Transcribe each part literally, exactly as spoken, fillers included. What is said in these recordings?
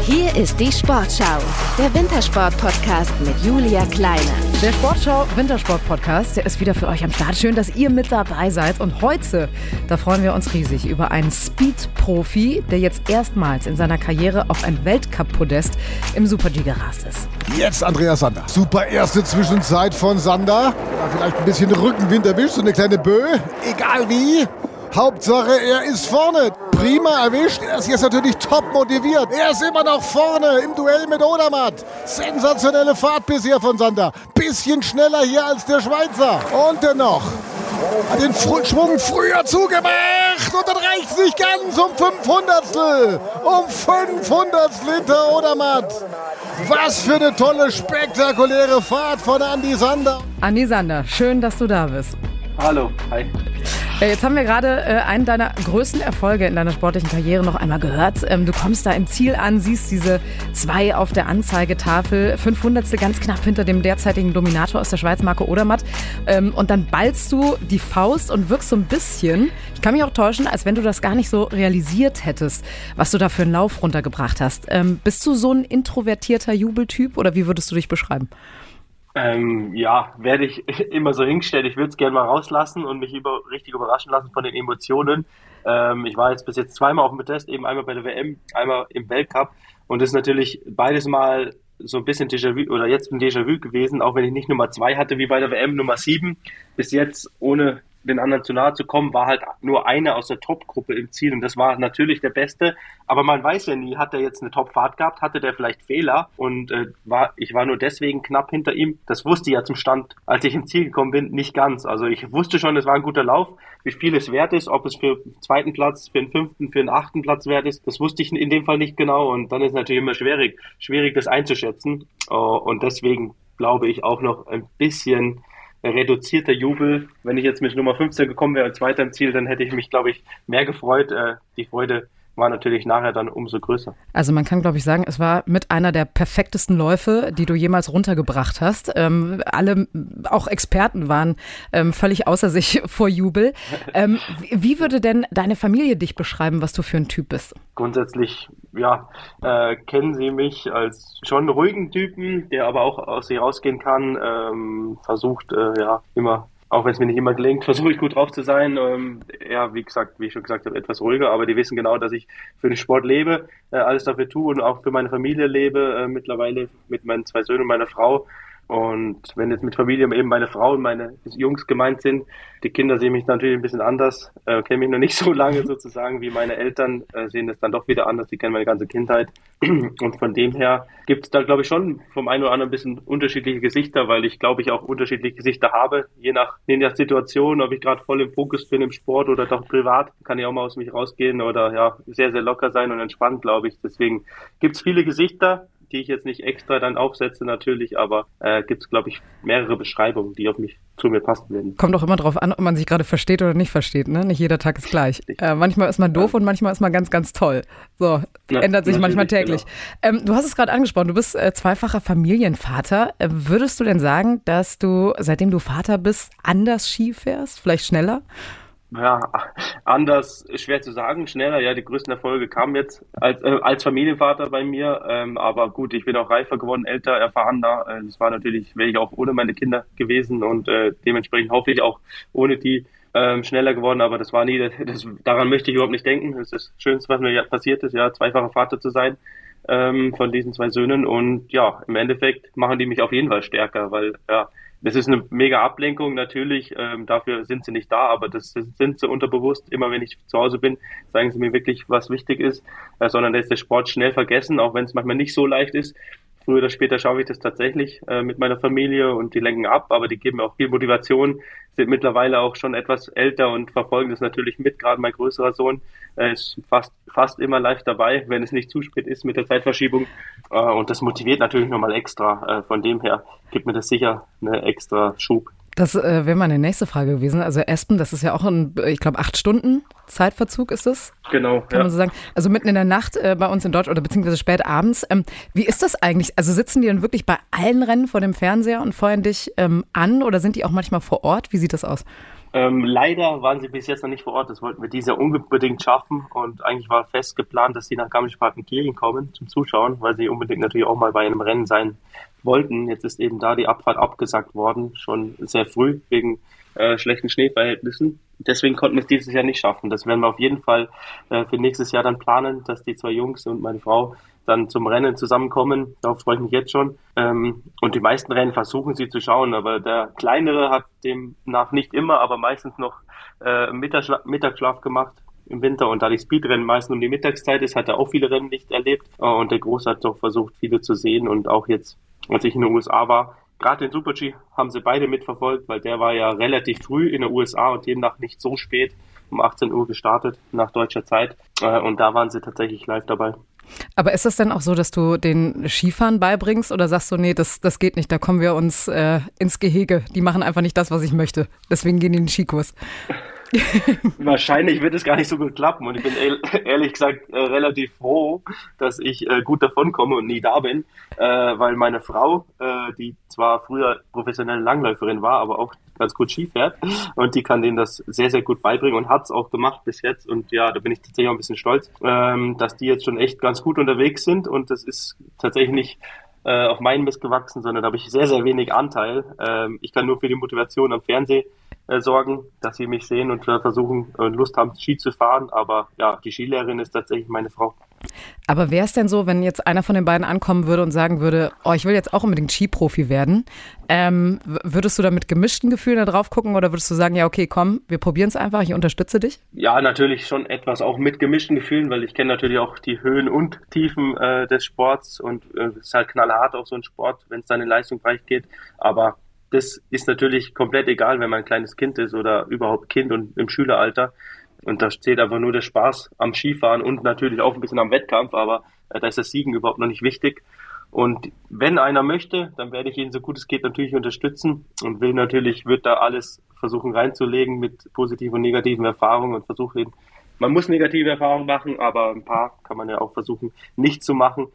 Hier ist die Sportschau, der Wintersport-Podcast mit Julia Kleine. Der Sportschau Wintersport-Podcast, der ist wieder für euch am Start. Schön, dass ihr mit dabei seid. Und heute, da freuen wir uns riesig über einen Speed-Profi, der jetzt erstmals in seiner Karriere auf ein Weltcup-Podest im Super-G gerast ist. Jetzt Andreas Sander. Super erste Zwischenzeit von Sander. Ja, vielleicht ein bisschen Rückenwind erwischt, so eine kleine Böe. Egal wie. Hauptsache, er ist vorne. Prima erwischt. Er ist jetzt natürlich top motiviert. Er ist immer noch vorne im Duell mit Odermatt. Sensationelle Fahrt bisher von Sander. Bisschen schneller hier als der Schweizer. Und dennoch hat den Fr- Schwung früher zugemacht. Und dann reicht es nicht ganz um fünfhundertstel. Um fünfhundertstel hinter Odermatt. Was für eine tolle, spektakuläre Fahrt von Andi Sander. Andi Sander, schön, dass du da bist. Hallo, hi. Jetzt haben wir gerade äh, einen deiner größten Erfolge in deiner sportlichen Karriere noch einmal gehört. Ähm, du kommst da im Ziel an, siehst diese zwei auf der Anzeigetafel, fünfhundertstel ganz knapp hinter dem derzeitigen Dominator aus der Schweiz, Marco Odermatt. Ähm, und dann ballst du die Faust und wirkst so ein bisschen, ich kann mich auch täuschen, als wenn du das gar nicht so realisiert hättest, was du da für einen Lauf runtergebracht hast. Ähm, bist du so ein introvertierter Jubeltyp oder wie würdest du dich beschreiben? Ähm, ja, werde ich immer so hingestellt. Ich würde es gerne mal rauslassen und mich über, richtig überraschen lassen von den Emotionen. Ähm, ich war jetzt bis jetzt zweimal auf dem Podest, eben einmal bei der W M, einmal im Weltcup. Und das ist natürlich beides mal so ein bisschen Déjà-vu oder jetzt ein Déjà-vu gewesen, auch wenn ich nicht Nummer zwei hatte wie bei der W M, Nummer sieben. Bis jetzt, ohne den anderen zu nahe zu kommen, war halt nur einer aus der Top-Gruppe im Ziel und das war natürlich der Beste. Aber man weiß ja nie, hat er jetzt eine Top-Fahrt gehabt, hatte der vielleicht Fehler und äh, war ich war nur deswegen knapp hinter ihm. Das wusste ich ja zum Stand, als ich ins Ziel gekommen bin, nicht ganz. Also ich wusste schon, es war ein guter Lauf. Wie viel es wert ist, ob es für den zweiten Platz, für den fünften, für den achten Platz wert ist, das wusste ich in dem Fall nicht genau und dann ist es natürlich immer schwierig, schwierig das einzuschätzen. Uh, und deswegen glaube ich auch noch ein bisschen reduzierter Jubel. Wenn ich jetzt mit Nummer fünfzehn gekommen wäre als weiter im Ziel, dann hätte ich mich, glaube ich, mehr gefreut. Äh, die Freude war natürlich nachher dann umso größer. Also man kann, glaube ich, sagen, es war mit einer der perfektesten Läufe, die du jemals runtergebracht hast. Ähm, alle, auch Experten waren ähm, völlig außer sich vor Jubel. Ähm, wie würde denn deine Familie dich beschreiben, was du für ein Typ bist? Grundsätzlich, ja, äh, kennen sie mich als schon ruhigen Typen, der aber auch aus sich rausgehen kann, ähm, versucht, äh, ja, immer, auch wenn es mir nicht immer gelingt, versuche ich gut drauf zu sein. Ähm, ja, wie gesagt, wie ich schon gesagt habe, etwas ruhiger, aber die wissen genau, dass ich für den Sport lebe, äh, alles dafür tue und auch für meine Familie lebe, äh, mittlerweile mit meinen zwei Söhnen und meiner Frau. Und wenn jetzt mit Familie eben meine Frau und meine Jungs gemeint sind, die Kinder sehen mich natürlich ein bisschen anders, äh, kennen mich noch nicht so lange sozusagen wie meine Eltern, äh, sehen das dann doch wieder anders, die kennen meine ganze Kindheit. Und von dem her gibt es da, glaube ich, schon vom einen oder anderen ein bisschen unterschiedliche Gesichter, weil ich, glaube ich, auch unterschiedliche Gesichter habe, je nach, je nach Situation, ob ich gerade voll im Fokus bin im Sport oder doch privat, kann ich auch mal aus mich rausgehen oder ja, sehr, sehr locker sein und entspannt, glaube ich. Deswegen gibt es viele Gesichter, die ich jetzt nicht extra dann aufsetze natürlich, aber äh, gibt es, glaube ich, mehrere Beschreibungen, die auf mich zu mir passen werden. Kommt auch immer drauf an, ob man sich gerade versteht oder nicht versteht, ne? Nicht jeder Tag ist gleich. Äh, manchmal ist man doof ja. Und manchmal ist man ganz, ganz toll. So, ja, ändert sich manchmal täglich. Genau. Ähm, du hast es gerade angesprochen, du bist äh, zweifacher Familienvater. Äh, würdest du denn sagen, dass du, seitdem du Vater bist, anders Ski fährst? Vielleicht schneller? Ja, anders schwer zu sagen, schneller, ja, die größten Erfolge kamen jetzt als, äh, als Familienvater bei mir, ähm, aber gut, ich bin auch reifer geworden, älter, erfahrener, äh, das war natürlich, wäre ich auch ohne meine Kinder gewesen und äh, dementsprechend hoffe ich auch ohne die ähm, schneller geworden, aber das war nie, das, das, daran möchte ich überhaupt nicht denken, das ist das Schönste, was mir ja passiert ist, ja, zweifacher Vater zu sein ähm, von diesen zwei Söhnen und ja, im Endeffekt machen die mich auf jeden Fall stärker, weil, ja, das ist eine mega Ablenkung natürlich, ähm, dafür sind sie nicht da, aber das, das sind sie unterbewusst. Immer wenn ich zu Hause bin, sagen sie mir wirklich, was wichtig ist, äh, sondern da ist der Sport schnell vergessen, auch wenn es manchmal nicht so leicht ist. Früher oder später schaffe ich das tatsächlich äh, mit meiner Familie und die lenken ab, aber die geben mir auch viel Motivation, sind mittlerweile auch schon etwas älter und verfolgen das natürlich mit. Gerade mein größerer Sohn äh, ist fast fast immer live dabei, wenn es nicht zu spät ist mit der Zeitverschiebung äh, und das motiviert natürlich nochmal extra. Äh, von dem her gibt mir das sicher eine extra Schub. Das äh, wäre meine nächste Frage gewesen. Also Espen, das ist ja auch ein, ich glaube, acht Stunden Zeitverzug ist es. Genau. Kann ja. man so sagen. Also mitten in der Nacht äh, bei uns in Deutschland oder beziehungsweise spät abends. Ähm, wie ist das eigentlich? Also sitzen die dann wirklich bei allen Rennen vor dem Fernseher und feuern dich ähm, an oder sind die auch manchmal vor Ort? Wie sieht das aus? Ähm, leider waren sie bis jetzt noch nicht vor Ort. Das wollten wir dieses Jahr unbedingt schaffen. Und eigentlich war fest geplant, dass sie nach Garmisch-Partenkirchen kommen zum Zuschauen, weil sie unbedingt natürlich auch mal bei einem Rennen sein wollten. Jetzt ist eben da die Abfahrt abgesagt worden, schon sehr früh wegen äh, schlechten Schneeverhältnissen. Deswegen konnten wir es dieses Jahr nicht schaffen. Das werden wir auf jeden Fall äh, für nächstes Jahr dann planen, dass die zwei Jungs und meine Frau dann zum Rennen zusammenkommen. Darauf freue ich mich jetzt schon. Ähm, und die meisten Rennen versuchen sie zu schauen, aber der Kleinere hat demnach nicht immer, aber meistens noch äh, Mittagsschlaf, Mittagsschlaf gemacht im Winter. Und da die Speedrennen meistens um die Mittagszeit ist, hat er auch viele Rennen nicht erlebt. Äh, und der Große hat doch versucht, viele zu sehen. Und auch jetzt, als ich in den U S A war, gerade den Super-G haben sie beide mitverfolgt, weil der war ja relativ früh in den U S A und demnach nicht so spät, um achtzehn Uhr gestartet nach deutscher Zeit. Äh, und da waren sie tatsächlich live dabei. Aber ist es denn auch so, dass du den Skifahren beibringst oder sagst du, nee, das, das geht nicht, da kommen wir uns äh, ins Gehege. Die machen einfach nicht das, was ich möchte. Deswegen gehen die in den Skikurs. Wahrscheinlich wird es gar nicht so gut klappen und ich bin ehrlich gesagt äh, relativ froh, dass ich äh, gut davon komme und nie da bin, äh, weil meine Frau, äh, die zwar früher professionelle Langläuferin war, aber auch ganz gut Ski fährt und die kann denen das sehr, sehr gut beibringen und hat es auch gemacht bis jetzt und ja, da bin ich tatsächlich auch ein bisschen stolz, ähm, dass die jetzt schon echt ganz gut unterwegs sind und das ist tatsächlich nicht äh, auf meinen Mist gewachsen, sondern da habe ich sehr, sehr wenig Anteil. Ähm, ich kann nur für die Motivation am Fernsehen äh, sorgen, dass sie mich sehen und äh, versuchen, äh, Lust haben, Ski zu fahren, aber ja, die Skilehrerin ist tatsächlich meine Frau. Aber wäre es denn so, wenn jetzt einer von den beiden ankommen würde und sagen würde, oh, ich will jetzt auch unbedingt Skiprofi werden, ähm, würdest du da mit gemischten Gefühlen da drauf gucken oder würdest du sagen, ja okay, komm, wir probieren es einfach, ich unterstütze dich? Ja, natürlich schon etwas auch mit gemischten Gefühlen, weil ich kenne natürlich auch die Höhen und Tiefen äh, des Sports und es äh, ist halt knallhart auch so ein Sport, wenn es dann in Leistungsbereich geht, aber das ist natürlich komplett egal, wenn man ein kleines Kind ist oder überhaupt Kind und im Schüleralter. Und da steht einfach nur der Spaß am Skifahren und natürlich auch ein bisschen am Wettkampf, aber äh, da ist das Siegen überhaupt noch nicht wichtig. Und wenn einer möchte, dann werde ich ihn so gut es geht natürlich unterstützen und will natürlich, wird da alles versuchen reinzulegen mit positiven und negativen Erfahrungen und versuche ihn, man muss negative Erfahrungen machen, aber ein paar kann man ja auch versuchen nicht zu machen.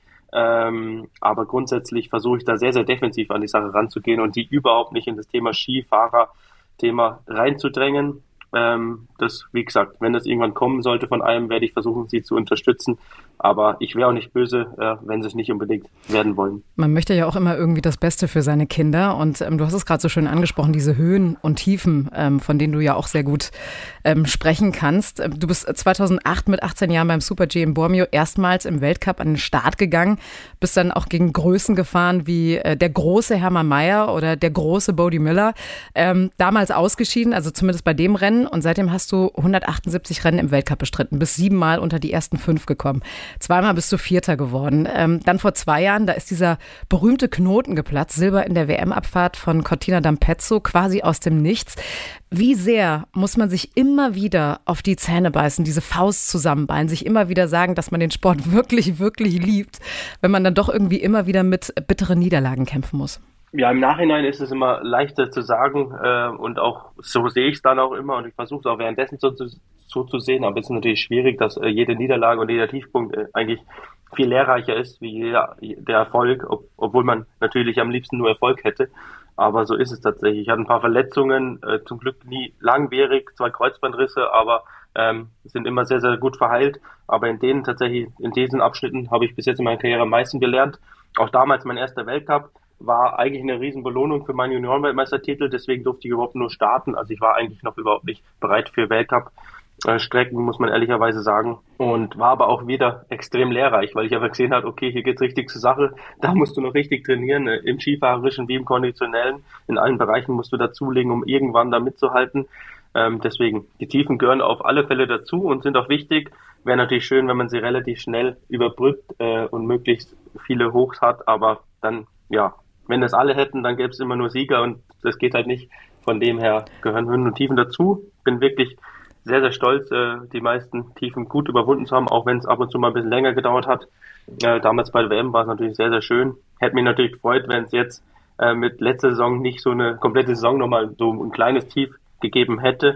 Ähm, aber grundsätzlich versuche ich da sehr, sehr defensiv an die Sache ranzugehen und die überhaupt nicht in das Thema Skifahrer-Thema reinzudrängen. Ähm, das, wie gesagt, wenn das irgendwann kommen sollte von einem, werde ich versuchen, sie zu unterstützen. Aber ich wäre auch nicht böse, äh, wenn sie es nicht unbedingt werden wollen. Man möchte ja auch immer irgendwie das Beste für seine Kinder. Und ähm, du hast es gerade so schön angesprochen, diese Höhen und Tiefen, ähm, von denen du ja auch sehr gut ähm, sprechen kannst. Du bist zweitausendacht mit achtzehn Jahren beim Super-G in Bormio erstmals im Weltcup an den Start gegangen. Bist dann auch gegen Größen gefahren wie äh, der große Hermann Maier oder der große Bode Miller. Ähm, damals ausgeschieden, also zumindest bei dem Rennen. Und seitdem hast du hundertachtundsiebzig Rennen im Weltcup bestritten, bist siebenmal unter die ersten fünf gekommen. Zweimal bist du Vierter geworden. Ähm, dann vor zwei Jahren, da ist dieser berühmte Knoten geplatzt, Silber in der W M-Abfahrt von Cortina d'Ampezzo, quasi aus dem Nichts. Wie sehr muss man sich immer wieder auf die Zähne beißen, diese Faust zusammenballen, sich immer wieder sagen, dass man den Sport wirklich, wirklich liebt, wenn man dann doch irgendwie immer wieder mit bitteren Niederlagen kämpfen muss? Ja, im Nachhinein ist es immer leichter zu sagen äh, und auch so sehe ich es dann auch immer und ich versuche es auch währenddessen so zu, so zu sehen, aber es ist natürlich schwierig, dass äh, jede Niederlage und jeder Tiefpunkt äh, eigentlich viel lehrreicher ist wie jeder, der Erfolg, ob, obwohl man natürlich am liebsten nur Erfolg hätte, aber so ist es tatsächlich. Ich hatte ein paar Verletzungen, äh, zum Glück nie langwierig, zwei Kreuzbandrisse, aber ähm, sind immer sehr, sehr gut verheilt, aber in denen tatsächlich, in diesen Abschnitten habe ich bis jetzt in meiner Karriere am meisten gelernt, auch damals mein erster Weltcup, war eigentlich eine Riesenbelohnung für meinen Juniorenweltmeistertitel, deswegen durfte ich überhaupt nur starten. Also ich war eigentlich noch überhaupt nicht bereit für Weltcup-Strecken, muss man ehrlicherweise sagen. Und war aber auch wieder extrem lehrreich, weil ich einfach gesehen habe, okay, hier geht's richtig zur Sache, da musst du noch richtig trainieren, im Skifahrerischen wie im Konditionellen. In allen Bereichen musst du dazulegen, um irgendwann da mitzuhalten. Ähm, deswegen, die Tiefen gehören auf alle Fälle dazu und sind auch wichtig. Wäre natürlich schön, wenn man sie relativ schnell überbrückt äh, und möglichst viele Hochs hat, aber dann, ja, wenn das alle hätten, dann gäbe es immer nur Sieger und das geht halt nicht. Von dem her gehören Höhen und Tiefen dazu. Bin wirklich sehr, sehr stolz, äh, die meisten Tiefen gut überwunden zu haben, auch wenn es ab und zu mal ein bisschen länger gedauert hat. Äh, damals bei der W M war es natürlich sehr, sehr schön. Hätte mich natürlich gefreut, wenn es jetzt äh, mit letzter Saison nicht so eine komplette Saison nochmal so ein kleines Tief gegeben hätte.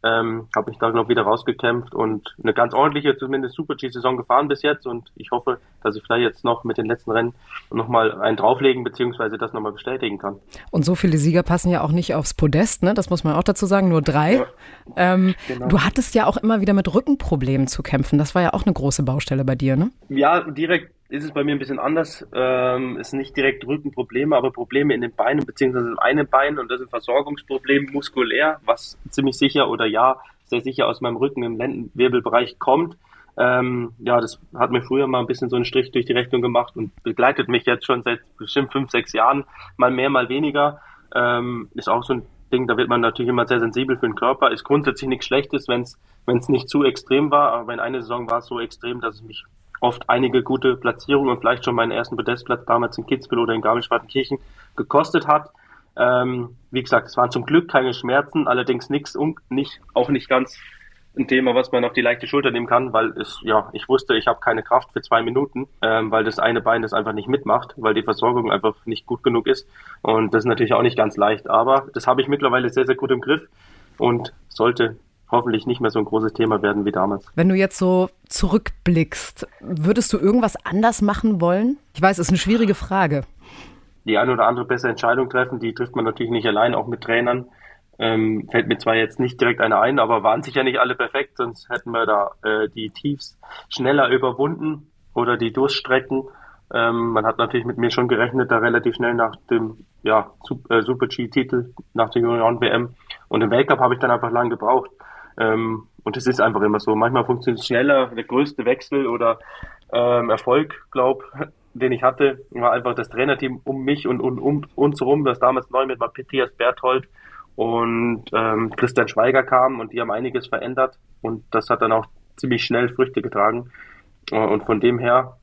Ähm, habe mich da, glaube ich, wieder rausgekämpft und eine ganz ordentliche, zumindest Super-G-Saison gefahren bis jetzt. Und ich hoffe, dass ich vielleicht jetzt noch mit den letzten Rennen nochmal einen drauflegen bzw. das nochmal bestätigen kann. Und so viele Sieger passen ja auch nicht aufs Podest, ne? Das muss man auch dazu sagen, nur drei. Ja, ähm, genau. Du hattest ja auch immer wieder mit Rückenproblemen zu kämpfen. Das war ja auch eine große Baustelle bei dir, ne? Ja, direkt ist es bei mir ein bisschen anders. Ähm, ist nicht direkt Rückenprobleme, aber Probleme in den Beinen beziehungsweise im einen Bein, und das ist ein Versorgungsproblem muskulär, was ziemlich sicher oder ja, sehr sicher aus meinem Rücken im Lendenwirbelbereich kommt. Ähm, ja, das hat mir früher mal ein bisschen so einen Strich durch die Rechnung gemacht und begleitet mich jetzt schon seit bestimmt fünf, sechs Jahren, mal mehr, mal weniger. Ähm, ist auch so ein Ding, da wird man natürlich immer sehr sensibel für den Körper. Ist grundsätzlich nichts Schlechtes, wenn es wenn es nicht zu extrem war, aber in einer Saison war es so extrem, dass es mich oft einige gute Platzierungen und vielleicht schon meinen ersten Podestplatz damals in Kitzbühel oder in Garmisch-Partenkirchen gekostet hat. Ähm, wie gesagt, es waren zum Glück keine Schmerzen, allerdings nichts und nicht, auch nicht ganz ein Thema, was man auf die leichte Schulter nehmen kann, weil es, ja, ich wusste, ich habe keine Kraft für zwei Minuten, ähm, weil das eine Bein das einfach nicht mitmacht, weil die Versorgung einfach nicht gut genug ist. Und das ist natürlich auch nicht ganz leicht, aber das habe ich mittlerweile sehr, sehr gut im Griff und sollte hoffentlich nicht mehr so ein großes Thema werden wie damals. Wenn du jetzt so zurückblickst, würdest du irgendwas anders machen wollen? Ich weiß, es ist eine schwierige Frage. Die eine oder andere bessere Entscheidung treffen, die trifft man natürlich nicht allein, auch mit Trainern. Ähm, fällt mir zwar jetzt nicht direkt eine ein, aber waren sicher nicht alle perfekt, sonst hätten wir da äh, die Tiefs schneller überwunden oder die Durststrecken. Ähm, man hat natürlich mit mir schon gerechnet, da relativ schnell nach dem ja, Super-G-Titel, nach der Junioren-W M und im Weltcup habe ich dann einfach lang gebraucht. Ähm, und es ist einfach immer so. Manchmal funktioniert es schneller. Der größte Wechsel oder ähm, Erfolg, glaube den ich hatte, war einfach das Trainerteam um mich und, und um uns rum, das damals neu mit Matthias Berthold und ähm, Christian Schweiger kam und die haben einiges verändert und das hat dann auch ziemlich schnell Früchte getragen. Und von dem her,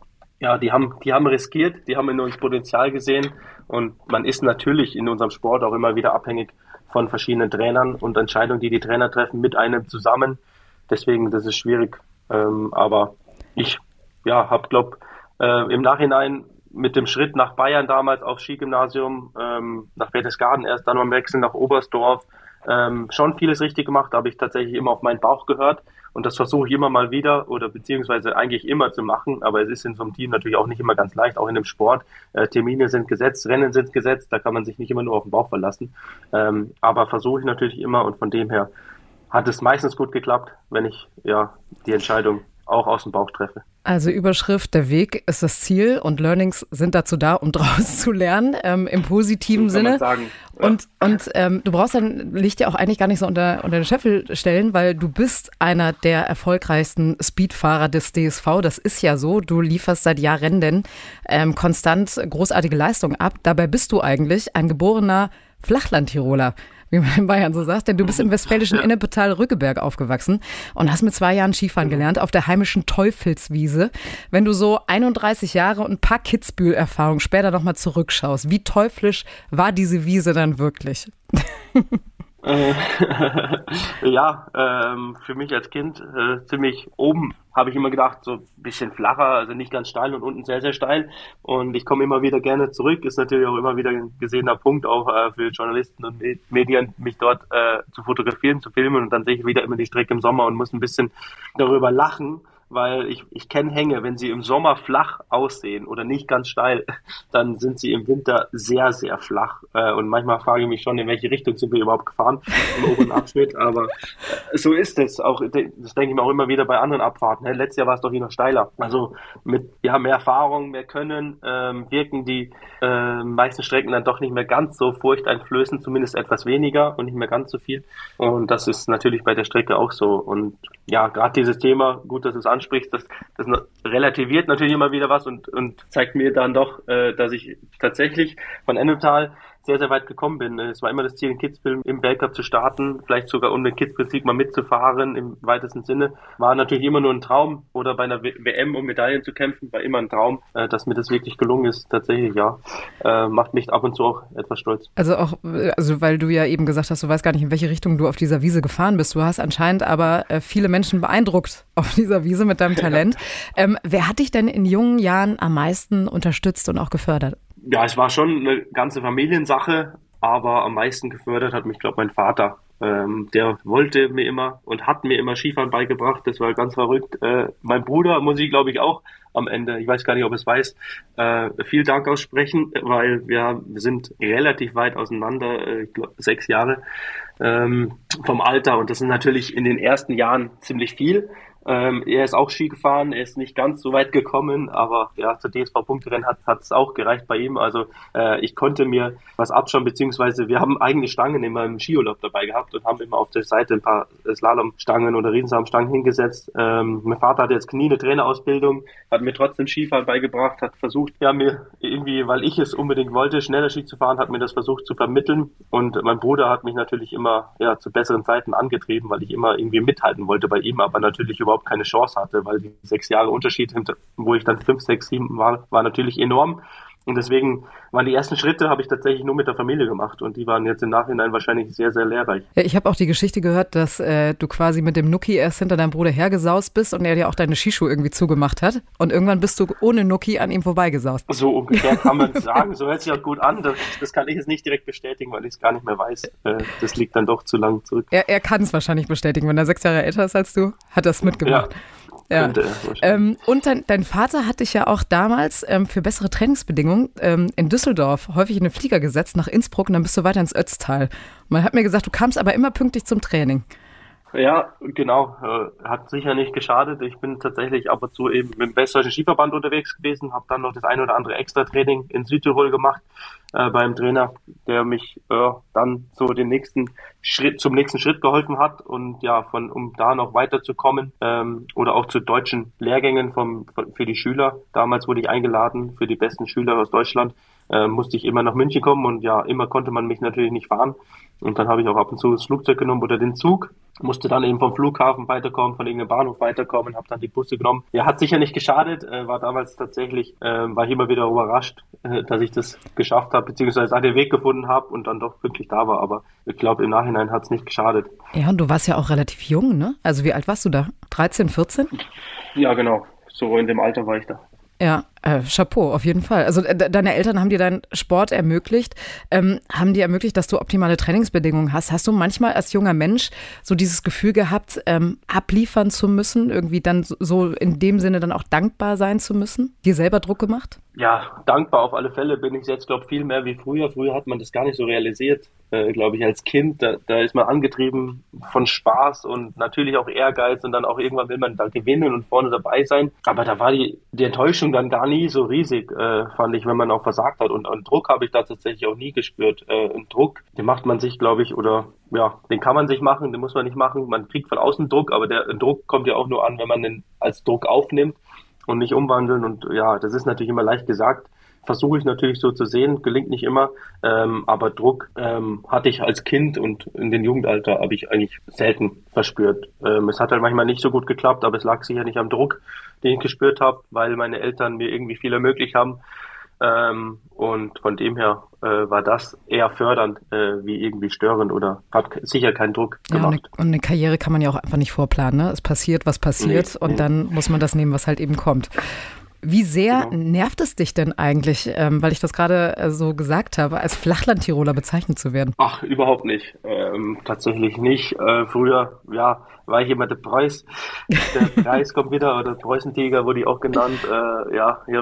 ja, die haben, die haben riskiert, die haben in uns Potenzial gesehen und man ist natürlich in unserem Sport auch immer wieder abhängig von verschiedenen Trainern und Entscheidungen, die die Trainer treffen, mit einem zusammen. Deswegen, das ist schwierig. Ähm, aber ich, ja, habe, glaube äh, im Nachhinein mit dem Schritt nach Bayern damals aufs Skigymnasium, ähm, nach Berchtesgaden erst, dann beim Wechsel nach Oberstdorf, ähm, schon vieles richtig gemacht, habe ich tatsächlich immer auf meinen Bauch gehört. Und das versuche ich immer mal wieder oder beziehungsweise eigentlich immer zu machen. Aber es ist in so einem Team natürlich auch nicht immer ganz leicht, auch in dem Sport. Äh, Termine sind gesetzt, Rennen sind gesetzt, da kann man sich nicht immer nur auf den Bauch verlassen. Ähm, aber versuche ich natürlich immer und von dem her hat es meistens gut geklappt, wenn ich ja die Entscheidung auch aus dem Bauch treffe. Also Überschrift, der Weg ist das Ziel und Learnings sind dazu da, um draus zu lernen, ähm, im positiven so kann Sinne. man sagen. Ja. Und, und ähm, du brauchst dein Licht ja auch eigentlich gar nicht so unter, unter den Scheffel stellen, weil du bist einer der erfolgreichsten Speedfahrer des D S V. Das ist ja so, du lieferst seit Jahrenden ähm, konstant großartige Leistungen ab. Dabei bist du eigentlich ein geborener Flachland-Tiroler, wie man in Bayern so sagt, denn du bist im westfälischen Ennepetal-Rückeberg aufgewachsen und hast mit zwei Jahren Skifahren gelernt auf der heimischen Teufelswiese. Wenn du so einunddreißig Jahre und ein paar Kitzbühel-Erfahrungen später nochmal zurückschaust, wie teuflisch war diese Wiese dann wirklich? ja, ähm, für mich als Kind äh, ziemlich oben, habe ich immer gedacht, so ein bisschen flacher, also nicht ganz steil und unten sehr, sehr steil. Und ich komme immer wieder gerne zurück. Ist natürlich auch immer wieder ein gesehener Punkt, auch äh, für Journalisten und Medien, mich dort äh, zu fotografieren, zu filmen. Und dann sehe ich wieder immer die Strecke im Sommer und muss ein bisschen darüber lachen, weil ich, ich kenne Hänge, wenn sie im Sommer flach aussehen oder nicht ganz steil, dann sind sie im Winter sehr, sehr flach. Äh, und manchmal frage ich mich schon, in welche Richtung sind wir überhaupt gefahren im oberen Abschnitt. Aber äh, so ist es. Auch, das denke ich mir auch immer wieder bei anderen Abfahrten. Hey, letztes Jahr war es doch hier noch steiler. Also mit ja, mehr Erfahrung, mehr Können, ähm, wirken die äh, meisten Strecken dann doch nicht mehr ganz so furchteinflößend, zumindest etwas weniger und nicht mehr ganz so viel. Und das ist natürlich bei der Strecke auch so. Und ja, gerade dieses Thema, gut, dass es ansprichst, das, das relativiert natürlich immer wieder was und, und zeigt mir dann doch, äh, dass ich tatsächlich von Ennepetal sehr, sehr weit gekommen bin. Es war immer das Ziel, in Kitzbühel im Weltcup zu starten, vielleicht sogar um den Kitzbühel-Sieg mal mitzufahren im weitesten Sinne. War natürlich immer nur ein Traum oder bei einer W M um Medaillen zu kämpfen, war immer ein Traum. Äh, dass mir das wirklich gelungen ist, tatsächlich, ja, äh, macht mich ab und zu auch etwas stolz. Also auch, also weil du ja eben gesagt hast, du weißt gar nicht, in welche Richtung du auf dieser Wiese gefahren bist. Du hast anscheinend aber äh, viele Menschen beeindruckt auf dieser Wiese mit deinem Talent. Ja. Ähm, wer hat dich denn in jungen Jahren am meisten unterstützt und auch gefördert? Ja, es war schon eine ganze Familiensache, aber am meisten gefördert hat mich, glaube ich, mein Vater. Ähm, der wollte mir immer und hat mir immer Skifahren beigebracht. Das war ganz verrückt. Äh, mein Bruder muss ich, glaube ich, auch am Ende, ich weiß gar nicht, ob es weiß, äh, viel Dank aussprechen, weil wir, wir sind relativ weit auseinander, äh, ich glaub, sechs Jahre ähm, vom Alter, und das ist natürlich in den ersten Jahren ziemlich viel. Ähm, er ist auch Ski gefahren, er ist nicht ganz so weit gekommen, aber ja, zur D S V-Punkterennen hat es auch gereicht bei ihm. Also äh, ich konnte mir was abschauen, beziehungsweise wir haben eigene Stangen immer im Skiurlaub dabei gehabt und haben immer auf der Seite ein paar Slalomstangen oder Riesensamstangen hingesetzt. Ähm, mein Vater hatte jetzt Knie eine Trainerausbildung, hat mir trotzdem Skifahren beigebracht, hat versucht, ja mir irgendwie, weil ich es unbedingt wollte, schneller Ski zu fahren, hat mir das versucht zu vermitteln, und mein Bruder hat mich natürlich immer ja zu besseren Zeiten angetrieben, weil ich immer irgendwie mithalten wollte bei ihm, aber natürlich überhaupt keine Chance hatte, weil die sechs Jahre Unterschied, wo ich dann fünf, sechs, sieben war, war natürlich enorm. Und deswegen waren die ersten Schritte, habe ich tatsächlich nur mit der Familie gemacht, und die waren jetzt im Nachhinein wahrscheinlich sehr, sehr lehrreich. Ja, ich habe auch die Geschichte gehört, dass äh, du quasi mit dem Nuki erst hinter deinem Bruder hergesaust bist und er dir auch deine Skischuhe irgendwie zugemacht hat, und irgendwann bist du ohne Nuki an ihm vorbeigesaust. So ungefähr kann man sagen, so hört sich auch gut an. Das, das kann ich jetzt nicht direkt bestätigen, weil ich es gar nicht mehr weiß. Äh, das liegt dann doch zu lang zurück. Er, er kann es wahrscheinlich bestätigen, wenn er sechs Jahre älter ist als du, hat er es mitgemacht. Ja. Ja. Ähm, und dein, dein Vater hat dich ja auch damals ähm, für bessere Trainingsbedingungen ähm, in Düsseldorf häufig in den Flieger gesetzt nach Innsbruck, und dann bist du weiter ins Ötztal. Man hat mir gesagt, du kamst aber immer pünktlich zum Training. Ja, genau. Äh, hat sicher nicht geschadet. Ich bin tatsächlich ab und zu eben mit dem Westdeutschen Skiverband unterwegs gewesen, habe dann noch das ein oder andere Extra-Training in Südtirol gemacht äh, beim Trainer, der mich äh, dann so den nächsten Schritt zum nächsten Schritt geholfen hat, und ja, von um da noch weiterzukommen ähm, oder auch zu deutschen Lehrgängen vom, von, für die Schüler. Damals wurde ich eingeladen für die besten Schüler aus Deutschland. Äh, musste ich immer nach München kommen, und ja, immer konnte man mich natürlich nicht fahren. Und dann habe ich auch ab und zu das Flugzeug genommen oder den Zug, musste dann eben vom Flughafen weiterkommen, von irgendeinem Bahnhof weiterkommen, habe dann die Busse genommen. Ja, hat sicher nicht geschadet, äh, war damals tatsächlich, äh, war ich immer wieder überrascht, äh, dass ich das geschafft habe, beziehungsweise auch den Weg gefunden habe und dann doch wirklich da war. Aber ich glaube, im Nachhinein hat es nicht geschadet. Ja, und du warst ja auch relativ jung, ne? Also wie alt warst du da? dreizehn, vierzehn? Ja, genau. So in dem Alter war ich da. Ja, äh, Chapeau, auf jeden Fall. Also de- deine Eltern haben dir deinen Sport ermöglicht, ähm, haben dir ermöglicht, dass du optimale Trainingsbedingungen hast. Hast du manchmal als junger Mensch so dieses Gefühl gehabt, ähm, abliefern zu müssen, irgendwie dann so in dem Sinne dann auch dankbar sein zu müssen? Dir selber Druck gemacht? Ja, dankbar auf alle Fälle bin ich jetzt, glaube ich, viel mehr wie früher. Früher hat man das gar nicht so realisiert, äh, glaube ich, als Kind. Da, da ist man angetrieben von Spaß und natürlich auch Ehrgeiz, und dann auch irgendwann will man da gewinnen und vorne dabei sein. Aber da war die, die Enttäuschung dann gar nie so riesig, äh, fand ich, wenn man auch versagt hat. Und, und Druck habe ich da tatsächlich auch nie gespürt. Äh, einen Druck, den macht man sich, glaube ich, oder ja, den kann man sich machen, den muss man nicht machen. Man kriegt von außen Druck, aber der Druck kommt ja auch nur an, wenn man den als Druck aufnimmt und nicht umwandeln. Und ja, das ist natürlich immer leicht gesagt. Versuche ich natürlich so zu sehen, gelingt nicht immer, ähm, aber Druck ähm, hatte ich als Kind und in den Jugendalter habe ich eigentlich selten verspürt. Ähm, es hat halt manchmal nicht so gut geklappt, aber es lag sicher nicht am Druck, den ich gespürt habe, weil meine Eltern mir irgendwie viel ermöglicht haben. Ähm, und von dem her äh, war das eher fördernd, äh, wie irgendwie störend, oder hat k- sicher keinen Druck gemacht. Ja, und, eine, und eine Karriere kann man ja auch einfach nicht vorplanen, ne? Es passiert, was passiert, nee, und nee. Dann muss man das nehmen, was halt eben kommt. Wie sehr genau. nervt es dich denn eigentlich, ähm, weil ich das gerade äh, so gesagt habe, als Flachland-Tiroler bezeichnet zu werden? Ach, überhaupt nicht. Ähm, tatsächlich nicht. Äh, früher, ja, war ich immer der Preuß. Der Preis kommt wieder, oder Preußentiger wurde ich auch genannt. Äh, ja, ja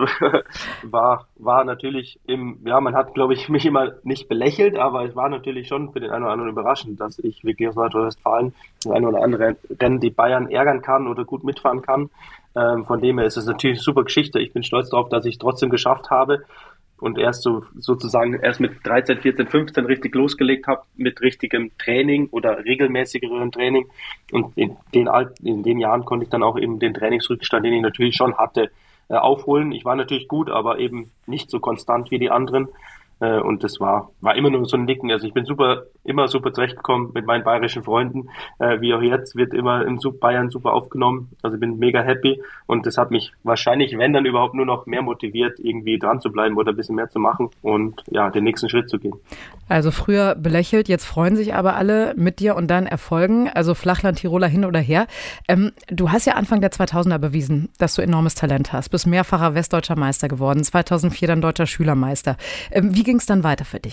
war war natürlich im, ja, man hat, glaube ich, mich immer nicht belächelt, aber es war natürlich schon für den einen oder anderen überraschend, dass ich wirklich aus Nordrhein-Westfalen das eine oder andere Rennen, die Bayern ärgern kann oder gut mitfahren kann. Ähm, von dem her ist es natürlich eine super Geschichte. Ich bin stolz darauf, dass ich es trotzdem geschafft habe und erst so sozusagen erst mit dreizehn, vierzehn, fünfzehn richtig losgelegt habe mit richtigem Training oder regelmäßigerem Training. Und in den, in den Jahren konnte ich dann auch eben den Trainingsrückstand, den ich natürlich schon hatte, äh, aufholen. Ich war natürlich gut, aber eben nicht so konstant wie die anderen. Äh, und das war war immer nur so ein Nicken. Also ich bin super immer super zurechtgekommen mit meinen bayerischen Freunden. Äh, wie auch jetzt wird immer in Bayern super aufgenommen. Also ich bin mega happy, und das hat mich wahrscheinlich, wenn dann überhaupt, nur noch mehr motiviert, irgendwie dran zu bleiben oder ein bisschen mehr zu machen und ja, den nächsten Schritt zu gehen. Also früher belächelt, jetzt freuen sich aber alle mit dir und deinen Erfolgen. Also Flachland-Tiroler hin oder her. Ähm, du hast ja Anfang der zweitausender bewiesen, dass du enormes Talent hast. Bist mehrfacher westdeutscher Meister geworden, zweitausendvier dann deutscher Schülermeister. Ähm, wie ging es dann weiter für dich?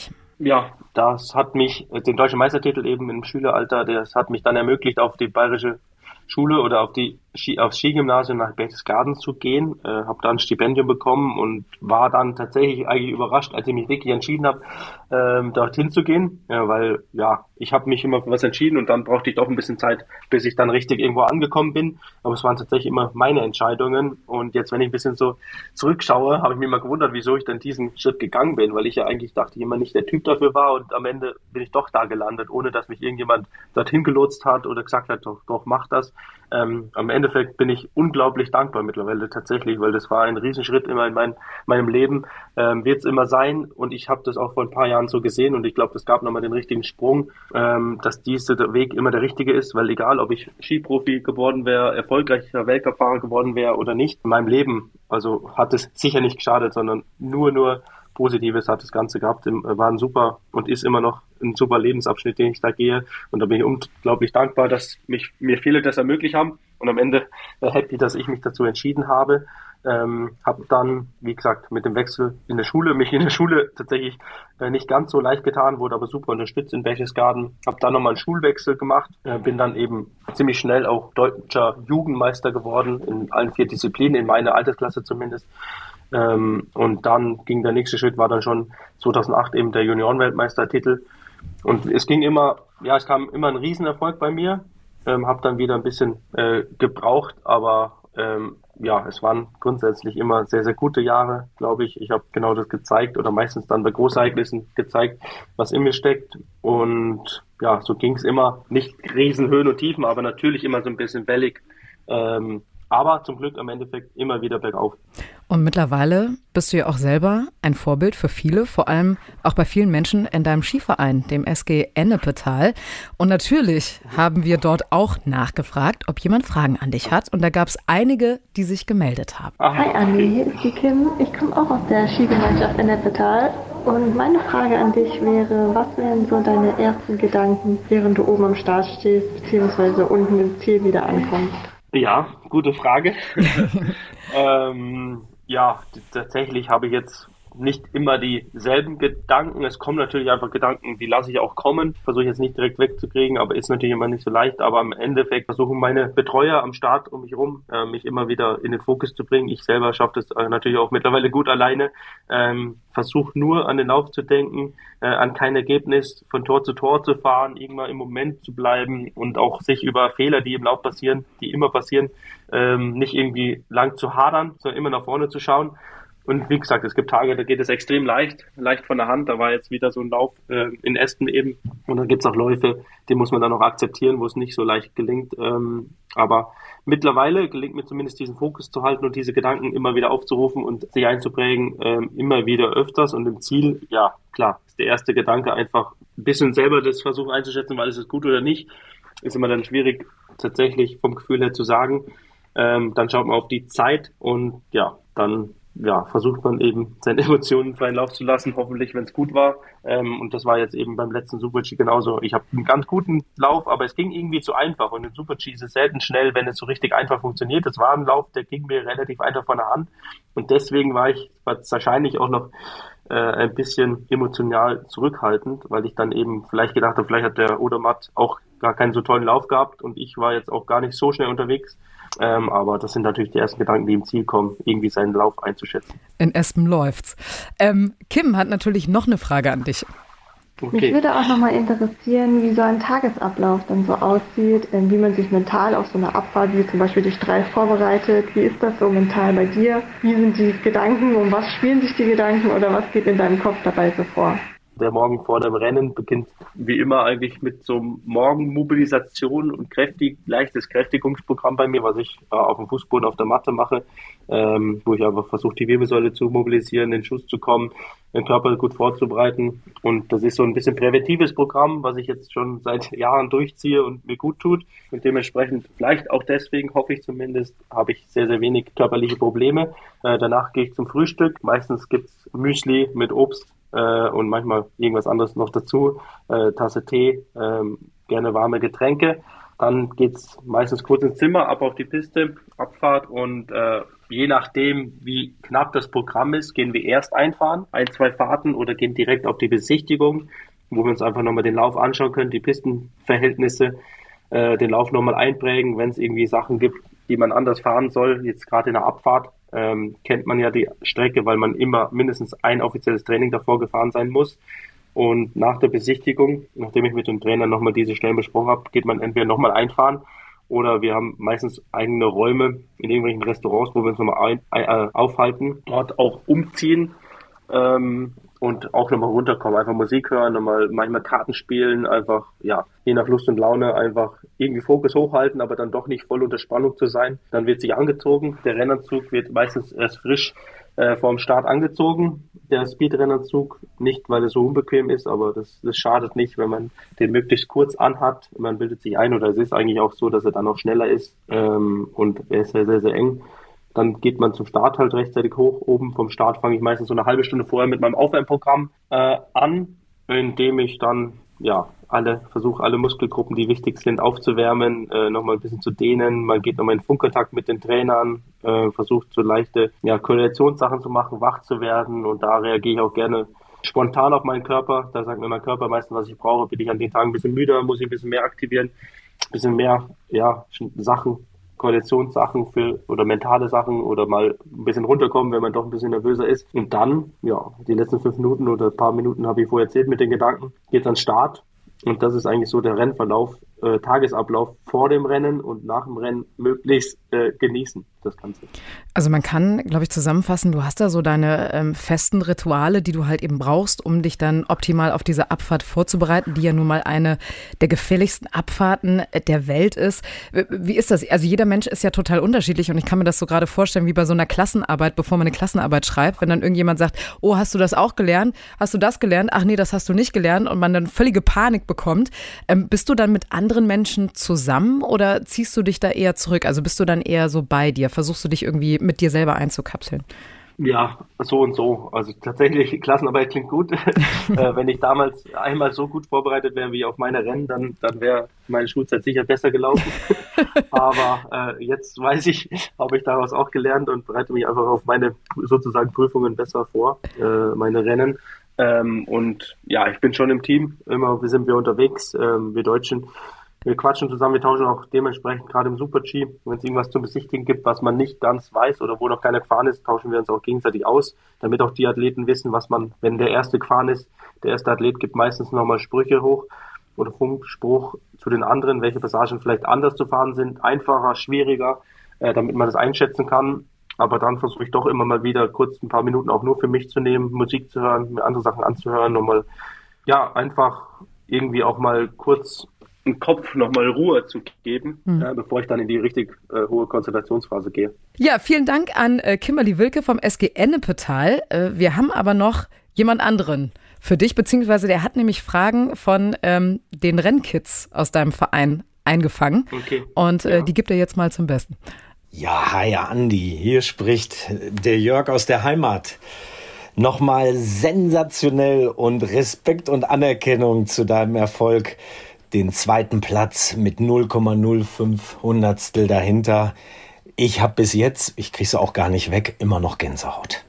Ja, das hat mich, den deutschen Meistertitel eben im Schüleralter, das hat mich dann ermöglicht, auf die bayerische Schule oder auf die Ski, aufs Skigymnasium nach Berchtesgaden zu gehen, äh, habe da ein Stipendium bekommen und war dann tatsächlich eigentlich überrascht, als ich mich wirklich entschieden habe, ähm, dorthin zu gehen, ja, weil ja, ich habe mich immer für was entschieden und dann brauchte ich doch ein bisschen Zeit, bis ich dann richtig irgendwo angekommen bin, aber es waren tatsächlich immer meine Entscheidungen und jetzt, wenn ich ein bisschen so zurückschaue, habe ich mich mal gewundert, wieso ich dann diesen Schritt gegangen bin, weil ich ja eigentlich dachte, ich immer nicht der Typ dafür war und am Ende bin ich doch da gelandet, ohne dass mich irgendjemand dorthin gelotst hat oder gesagt hat, doch, doch, mach das. Ähm, am Endeffekt bin ich unglaublich dankbar mittlerweile tatsächlich, weil das war ein Riesenschritt immer in mein, meinem Leben, ähm, wird es immer sein und ich habe das auch vor ein paar Jahren so gesehen und ich glaube, es gab nochmal den richtigen Sprung, ähm, dass dieser Weg immer der richtige ist, weil egal, ob ich Skiprofi geworden wäre, erfolgreicher Weltcup-Fahrer geworden wäre oder nicht, in meinem Leben, also hat es sicher nicht geschadet, sondern nur, nur Positives hat das Ganze gehabt, war ein super und ist immer noch ein super Lebensabschnitt, den ich da gehe und da bin ich unglaublich dankbar, dass mich mir viele das ermöglicht haben und am Ende happy, dass ich mich dazu entschieden habe. Ähm, habe dann, wie gesagt, mit dem Wechsel in der Schule, mich in der Schule tatsächlich äh, nicht ganz so leicht getan, wurde aber super unterstützt in Berchtesgaden, habe dann nochmal einen Schulwechsel gemacht, äh, bin dann eben ziemlich schnell auch deutscher Jugendmeister geworden, in allen vier Disziplinen, in meiner Altersklasse zumindest. Ähm, und dann ging der nächste Schritt, war dann schon zweitausendacht eben der Juniorenweltmeistertitel. Und es ging immer, ja, es kam immer ein Riesenerfolg bei mir, ähm, habe dann wieder ein bisschen äh, gebraucht, aber ähm, ja, es waren grundsätzlich immer sehr, sehr gute Jahre, glaube ich. Ich habe genau das gezeigt oder meistens dann bei Großereignissen gezeigt, was in mir steckt. Und ja, so ging es immer, nicht riesen Höhen und Tiefen, aber natürlich immer so ein bisschen wellig. Ähm, aber zum Glück am Endeffekt immer wieder bergauf. Und mittlerweile bist du ja auch selber ein Vorbild für viele, vor allem auch bei vielen Menschen in deinem Skiverein, dem S G Ennepetal. Und natürlich haben wir dort auch nachgefragt, ob jemand Fragen an dich hat. Und da gab es einige, die sich gemeldet haben. Aha. Hi Andi, hier ist die Kim. Ich komme auch aus der Skigemeinschaft Ennepetal. Und meine Frage an dich wäre, was wären so deine ersten Gedanken, während du oben am Start stehst, beziehungsweise unten im Ziel wieder ankommst? Ja, gute Frage. ähm, ja, tatsächlich habe ich jetzt nicht immer dieselben Gedanken. Es kommen natürlich einfach Gedanken, die lasse ich auch kommen. Versuche ich jetzt nicht direkt wegzukriegen, aber ist natürlich immer nicht so leicht. Aber im Endeffekt versuchen meine Betreuer am Start um mich herum, äh, mich immer wieder in den Fokus zu bringen. Ich selber schaffe das äh, natürlich auch mittlerweile gut alleine. Ähm, Versuche nur an den Lauf zu denken, äh, an kein Ergebnis, von Tor zu Tor zu fahren, irgendwann im Moment zu bleiben und auch sich über Fehler, die im Lauf passieren, die immer passieren, ähm, nicht irgendwie lang zu hadern, sondern immer nach vorne zu schauen. Und wie gesagt, es gibt Tage, da geht es extrem leicht, leicht von der Hand. Da war jetzt wieder so ein Lauf äh, in Esten eben. Und dann gibt's auch Läufe, die muss man dann auch akzeptieren, wo es nicht so leicht gelingt. Ähm, aber mittlerweile gelingt mir zumindest diesen Fokus zu halten und diese Gedanken immer wieder aufzurufen und sich einzuprägen, ähm, immer wieder öfters. Und im Ziel, ja klar, ist der erste Gedanke einfach ein bisschen selber das versuchen einzuschätzen, weil es ist gut oder nicht. Ist immer dann schwierig, tatsächlich vom Gefühl her zu sagen. Ähm, dann schaut man auf die Zeit und ja, dann ja, versucht man eben seine Emotionen freien Lauf zu lassen, hoffentlich, wenn es gut war. Ähm, und das war jetzt eben beim letzten Super-G genauso. Ich habe einen ganz guten Lauf, aber es ging irgendwie zu einfach. Und im Super-G ist es selten schnell, wenn es so richtig einfach funktioniert. Das war ein Lauf, der ging mir relativ einfach von der Hand. Und deswegen war ich wahrscheinlich auch noch äh, ein bisschen emotional zurückhaltend, weil ich dann eben vielleicht gedacht habe, vielleicht hat der Odermatt auch gar keinen so tollen Lauf gehabt und ich war jetzt auch gar nicht so schnell unterwegs. Ähm, aber das sind natürlich die ersten Gedanken, die im Ziel kommen, irgendwie seinen Lauf einzuschätzen. In Espen läuft's. Ähm, Kim hat natürlich noch eine Frage an dich. Okay. Mich würde auch nochmal interessieren, wie so ein Tagesablauf dann so aussieht, wie man sich mental auf so eine Abfahrt, wie zum Beispiel die Streif vorbereitet. Wie ist das so mental bei dir? Wie sind die Gedanken? Um was spielen sich die Gedanken oder was geht in deinem Kopf dabei so vor? Der Morgen vor dem Rennen beginnt wie immer eigentlich mit so einem Morgenmobilisation und kräftig, leichtes Kräftigungsprogramm bei mir, was ich äh, auf dem Fußboden auf der Matte mache, ähm, wo ich einfach versuche, die Wirbelsäule zu mobilisieren, in den Schuss zu kommen, den Körper gut vorzubereiten. Und das ist so ein bisschen präventives Programm, was ich jetzt schon seit Jahren durchziehe und mir gut tut. Und dementsprechend, vielleicht auch deswegen, hoffe ich zumindest, habe ich sehr, sehr wenig körperliche Probleme. Äh, danach gehe ich zum Frühstück. Meistens gibt's Müsli mit Obst äh, und manchmal irgendwas anderes noch dazu. Äh, Tasse Tee, ähm, gerne warme Getränke. Dann geht's meistens kurz ins Zimmer, ab auf die Piste, Abfahrt und äh, je nachdem, wie knapp das Programm ist, gehen wir erst einfahren, ein, zwei Fahrten oder gehen direkt auf die Besichtigung, wo wir uns einfach nochmal den Lauf anschauen können, die Pistenverhältnisse, äh, den Lauf nochmal einprägen, wenn es irgendwie Sachen gibt, die man anders fahren soll. Jetzt gerade in der Abfahrt ähm, kennt man ja die Strecke, weil man immer mindestens ein offizielles Training davor gefahren sein muss. Und nach der Besichtigung, nachdem ich mit dem Trainer nochmal diese Stellen besprochen habe, geht man entweder nochmal einfahren oder wir haben meistens eigene Räume in irgendwelchen Restaurants, wo wir uns nochmal ein, äh, aufhalten, dort auch umziehen ähm, und auch nochmal runterkommen, einfach Musik hören, nochmal manchmal Karten spielen, einfach, ja, je nach Lust und Laune einfach irgendwie Fokus hochhalten, aber dann doch nicht voll unter Spannung zu sein. Dann wird sich angezogen, der Rennanzug wird meistens erst frisch äh, vorm Start angezogen, der Speedrennanzug, nicht weil es so unbequem ist, aber das, das schadet nicht, wenn man den möglichst kurz anhat. Man bildet sich ein, oder es ist eigentlich auch so, dass er dann auch schneller ist ähm, und er ist sehr, sehr, sehr eng. Dann geht man zum Start halt rechtzeitig hoch. Oben vom Start fange ich meistens so eine halbe Stunde vorher mit meinem Aufwärmprogramm äh, an, indem ich dann ja alle versuche, alle Muskelgruppen, die wichtig sind, aufzuwärmen, äh, nochmal ein bisschen zu dehnen. Man geht nochmal in Funkkontakt mit den Trainern, äh, versucht so leichte ja, Koordinationssachen zu machen, wach zu werden. Und da reagiere ich auch gerne spontan auf meinen Körper. Da sagt mir mein Körper meistens, was ich brauche. Bin ich an den Tagen ein bisschen müder, muss ich ein bisschen mehr aktivieren, ein bisschen mehr ja Sachen, Koordinationssachen für oder mentale Sachen oder mal ein bisschen runterkommen, wenn man doch ein bisschen nervöser ist. Und dann, ja, die letzten fünf Minuten oder ein paar Minuten habe ich vorher erzählt mit den Gedanken, geht dann Start. Und das ist eigentlich so der Rennverlauf, äh, Tagesablauf vor dem Rennen und nach dem Rennen möglichst äh, genießen, das Ganze. Also man kann, glaube ich, zusammenfassen, du hast da so deine ähm, festen Rituale, die du halt eben brauchst, um dich dann optimal auf diese Abfahrt vorzubereiten, die ja nun mal eine der gefährlichsten Abfahrten der Welt ist. Wie ist das? Also jeder Mensch ist ja total unterschiedlich und ich kann mir das so gerade vorstellen, wie bei so einer Klassenarbeit, bevor man eine Klassenarbeit schreibt, wenn dann irgendjemand sagt, oh, hast du das auch gelernt? Hast du das gelernt? Ach nee, das hast du nicht gelernt und man dann völlige Panik bekommt. Ähm, bist du dann mit anderen Menschen zusammen oder ziehst du dich da eher zurück? Also bist du dann eher so bei dir? Versuchst du dich irgendwie mit dir selber einzukapseln? Ja, so und so. Also tatsächlich, Klassenarbeit klingt gut. äh, wenn ich damals einmal so gut vorbereitet wäre wie auf meine Rennen, dann, dann wäre meine Schulzeit sicher besser gelaufen. Aber äh, jetzt weiß ich, habe ich daraus auch gelernt und bereite mich einfach auf meine sozusagen Prüfungen besser vor, äh, meine Rennen. Ähm, und ja, ich bin schon im Team. Immer sind wir unterwegs, ähm, wir Deutschen. Wir quatschen zusammen, wir tauschen auch dementsprechend gerade im Super-G, wenn es irgendwas zu besichtigen gibt, was man nicht ganz weiß oder wo noch keiner gefahren ist, tauschen wir uns auch gegenseitig aus, damit auch die Athleten wissen, was man, wenn der Erste gefahren ist, der erste Athlet gibt meistens nochmal Sprüche hoch oder Funkspruch zu den anderen, welche Passagen vielleicht anders zu fahren sind, einfacher, schwieriger, äh, damit man das einschätzen kann. Aber dann versuche ich doch immer mal wieder kurz ein paar Minuten auch nur für mich zu nehmen, Musik zu hören, mir andere Sachen anzuhören, nochmal, ja, einfach irgendwie auch mal kurz im Kopf nochmal Ruhe zu geben, mhm. äh, bevor ich dann in die richtig äh, hohe Konzentrationsphase gehe. Ja, vielen Dank an äh, Kimberly Wilke vom S G Ennepetal. Äh, wir haben aber noch jemand anderen für dich, beziehungsweise der hat nämlich Fragen von ähm, den Rennkids aus deinem Verein eingefangen. Okay. Und äh, ja. die gibt er jetzt mal zum Besten. Ja, hi Andi, hier spricht der Jörg aus der Heimat. Nochmal sensationell und Respekt und Anerkennung zu deinem Erfolg. Den zweiten Platz mit null Komma null fünf Hundertstel dahinter. Ich habe bis jetzt, ich krieg's auch gar nicht weg, immer noch Gänsehaut.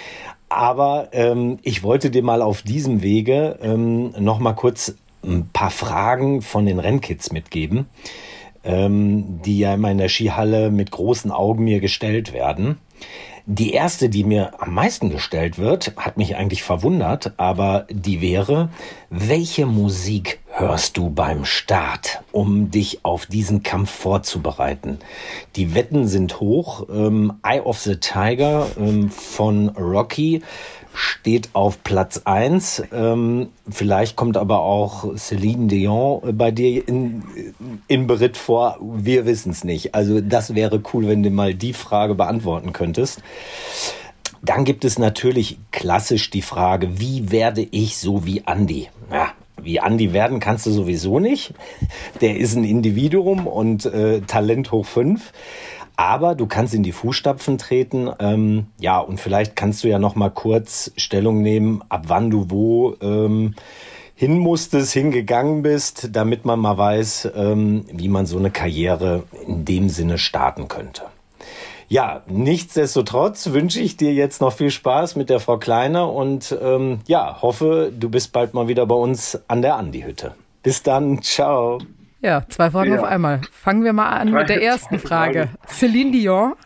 Aber ähm, ich wollte dir mal auf diesem Wege ähm, noch mal kurz ein paar Fragen von den Rennkids mitgeben, ähm, die ja immer in der Skihalle mit großen Augen mir gestellt werden. Die erste, die mir am meisten gestellt wird, hat mich eigentlich verwundert, aber die wäre, welche Musik hörst du beim Start, um dich auf diesen Kampf vorzubereiten? Die Wetten sind hoch. Ähm, Eye of the Tiger ähm, von Rocky steht auf Platz eins. Ähm, vielleicht kommt aber auch Celine Dion bei dir in, in Beritt vor. Wir wissen es nicht. Also das wäre cool, wenn du mal die Frage beantworten könntest. Dann gibt es natürlich klassisch die Frage, wie werde ich so wie Andi? Ja, wie Andi werden kannst du sowieso nicht. Der ist ein Individuum und äh, Talent hoch fünf. Aber du kannst in die Fußstapfen treten, ähm, ja, und vielleicht kannst du ja noch mal kurz Stellung nehmen, ab wann du wo ähm, hin musstest, hingegangen bist, damit man mal weiß, ähm, wie man so eine Karriere in dem Sinne starten könnte. Ja, nichtsdestotrotz wünsche ich dir jetzt noch viel Spaß mit der Frau Kleiner und ähm, ja, hoffe, du bist bald mal wieder bei uns an der Andi-Hütte. Bis dann, ciao. Ja, zwei Fragen ja. auf einmal. Fangen wir mal an mit der ersten Frage. Celine Dion?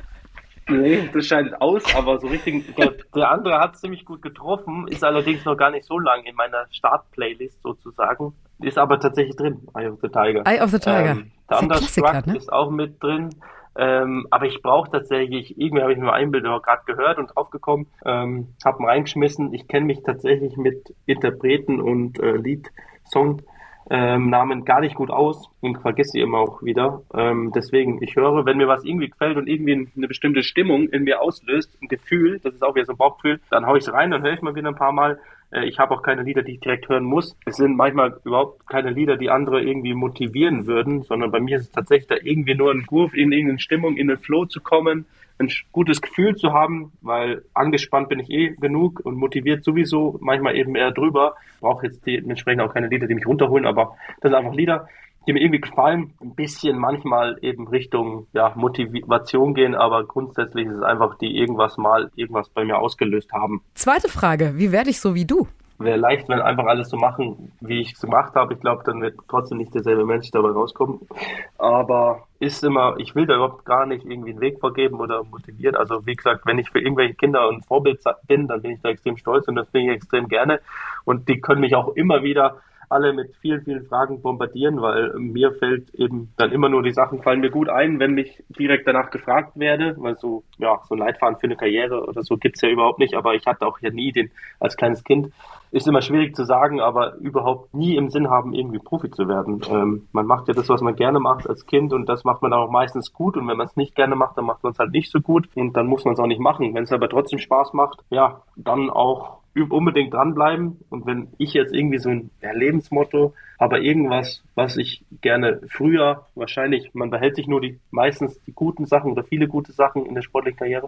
Nee, das scheidet aus, aber so richtig, der, der andere hat es ziemlich gut getroffen, ist allerdings noch gar nicht so lang in meiner Start-Playlist sozusagen, ist aber tatsächlich drin, Eye of the Tiger. Eye of the Tiger. Ähm, Thunderstruck ne? ist auch mit drin, ähm, aber ich brauche tatsächlich, irgendwie habe ich mir ein Bild gerade gehört und draufgekommen, ähm, habe ihn reingeschmissen, ich kenne mich tatsächlich mit Interpreten und äh, Lied-Song Ähm, Namen gar nicht gut aus und vergesse sie immer auch wieder. Ähm, deswegen, ich höre, wenn mir was irgendwie gefällt und irgendwie eine bestimmte Stimmung in mir auslöst, ein Gefühl, das ist auch wieder so ein Bauchgefühl, dann haue ich es rein, dann höre ich mal wieder ein paar Mal. Äh, ich habe auch keine Lieder, die ich direkt hören muss. Es sind manchmal überhaupt keine Lieder, die andere irgendwie motivieren würden, sondern bei mir ist es tatsächlich da irgendwie nur ein Groove, in irgendeine Stimmung, in den Flow zu kommen, ein gutes Gefühl zu haben, weil angespannt bin ich eh genug und motiviert sowieso, manchmal eben eher drüber. Brauche jetzt dementsprechend auch keine Lieder, die mich runterholen, aber das sind einfach Lieder, die mir irgendwie gefallen, ein bisschen manchmal eben Richtung ja, Motivation gehen, aber grundsätzlich ist es einfach, die irgendwas mal, irgendwas bei mir ausgelöst haben. Zweite Frage, wie werde ich so wie du? Wäre leicht, wenn einfach alles so machen, wie ich es gemacht habe. Ich glaube, dann wird trotzdem nicht derselbe Mensch dabei rauskommen. Aber ist immer, ich will da überhaupt gar nicht irgendwie einen Weg vorgeben oder motivieren. Also wie gesagt, wenn ich für irgendwelche Kinder ein Vorbild bin, dann bin ich da extrem stolz und das bin ich extrem gerne. Und die können mich auch immer wieder alle mit vielen, vielen Fragen bombardieren, weil mir fällt eben dann immer nur die Sachen fallen mir gut ein, wenn ich direkt danach gefragt werde, weil so, ja, so ein Leitfaden für eine Karriere oder so gibt's ja überhaupt nicht, aber ich hatte auch ja nie den, als kleines Kind, ist immer schwierig zu sagen, aber überhaupt nie im Sinn haben, irgendwie Profi zu werden. Ähm, man macht ja das, was man gerne macht als Kind und das macht man dann auch meistens gut und wenn man es nicht gerne macht, dann macht man es halt nicht so gut und dann muss man es auch nicht machen. Wenn es aber trotzdem Spaß macht, ja, dann auch unbedingt dranbleiben und wenn ich jetzt irgendwie so ein ja, Lebensmotto, aber irgendwas, was ich gerne früher, wahrscheinlich, man behält sich nur die meistens die guten Sachen oder viele gute Sachen in der sportlichen Karriere,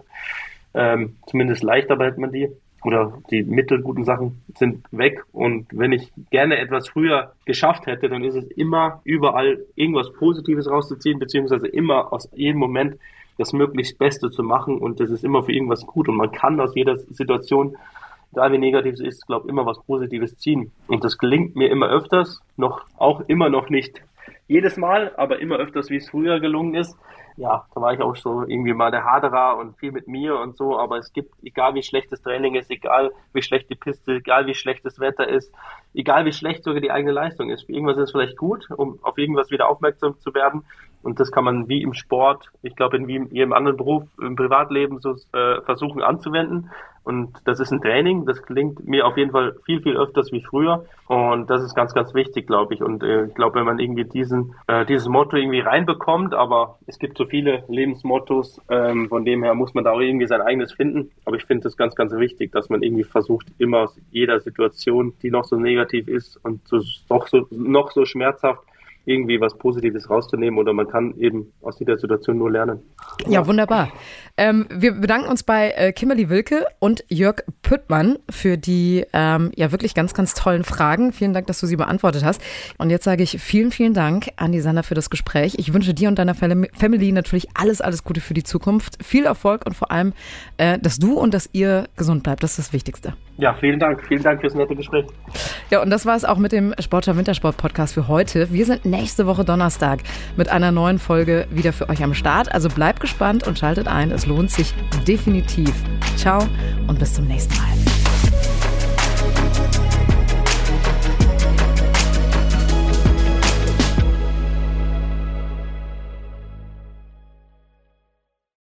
ähm, zumindest leichter behält man die oder die mittelguten Sachen sind weg und wenn ich gerne etwas früher geschafft hätte, dann ist es immer überall irgendwas Positives rauszuziehen, beziehungsweise immer aus jedem Moment das möglichst Beste zu machen und das ist immer für irgendwas gut und man kann aus jeder Situation, egal wie negativ es ist, glaube ich, immer was Positives ziehen. Und das gelingt mir immer öfters, noch auch immer noch nicht jedes Mal, aber immer öfters, wie es früher gelungen ist. Ja, da war ich auch so irgendwie mal der Haderer und viel mit mir und so, aber es gibt, egal wie schlecht das Training ist, egal wie schlecht die Piste, egal wie schlecht das Wetter ist, egal wie schlecht sogar die eigene Leistung ist, für irgendwas ist es vielleicht gut, um auf irgendwas wieder aufmerksam zu werden und das kann man wie im Sport, ich glaube in wie in jedem anderen Beruf, im Privatleben so äh, versuchen anzuwenden und das ist ein Training, das klingt mir auf jeden Fall viel, viel öfters wie früher und das ist ganz, ganz wichtig, glaube ich und äh, ich glaube, wenn man irgendwie diesen äh, dieses Motto irgendwie reinbekommt, aber es gibt so viele Lebensmottos, ähm, von dem her muss man da auch irgendwie sein eigenes finden. Aber ich finde das ganz, ganz wichtig, dass man irgendwie versucht, immer aus jeder Situation, die noch so negativ ist und so, noch, so, noch so schmerzhaft, irgendwie was Positives rauszunehmen oder man kann eben aus jeder Situation nur lernen. Ja, wunderbar. Ähm, wir bedanken uns bei äh, Kimberly Wilke und Jörg Püttmann für die ähm, ja wirklich ganz, ganz tollen Fragen. Vielen Dank, dass du sie beantwortet hast. Und jetzt sage ich vielen, vielen Dank an die Sander für das Gespräch. Ich wünsche dir und deiner Family natürlich alles, alles Gute für die Zukunft. Viel Erfolg und vor allem, äh, dass du und dass ihr gesund bleibt. Das ist das Wichtigste. Ja, vielen Dank. Vielen Dank fürs nette Gespräch. Ja, und das war es auch mit dem Sportschau Wintersport Podcast für heute. Wir sind nächste Woche Donnerstag mit einer neuen Folge wieder für euch am Start. Also bleibt gespannt und schaltet ein. Es lohnt sich definitiv. Ciao und bis zum nächsten Mal.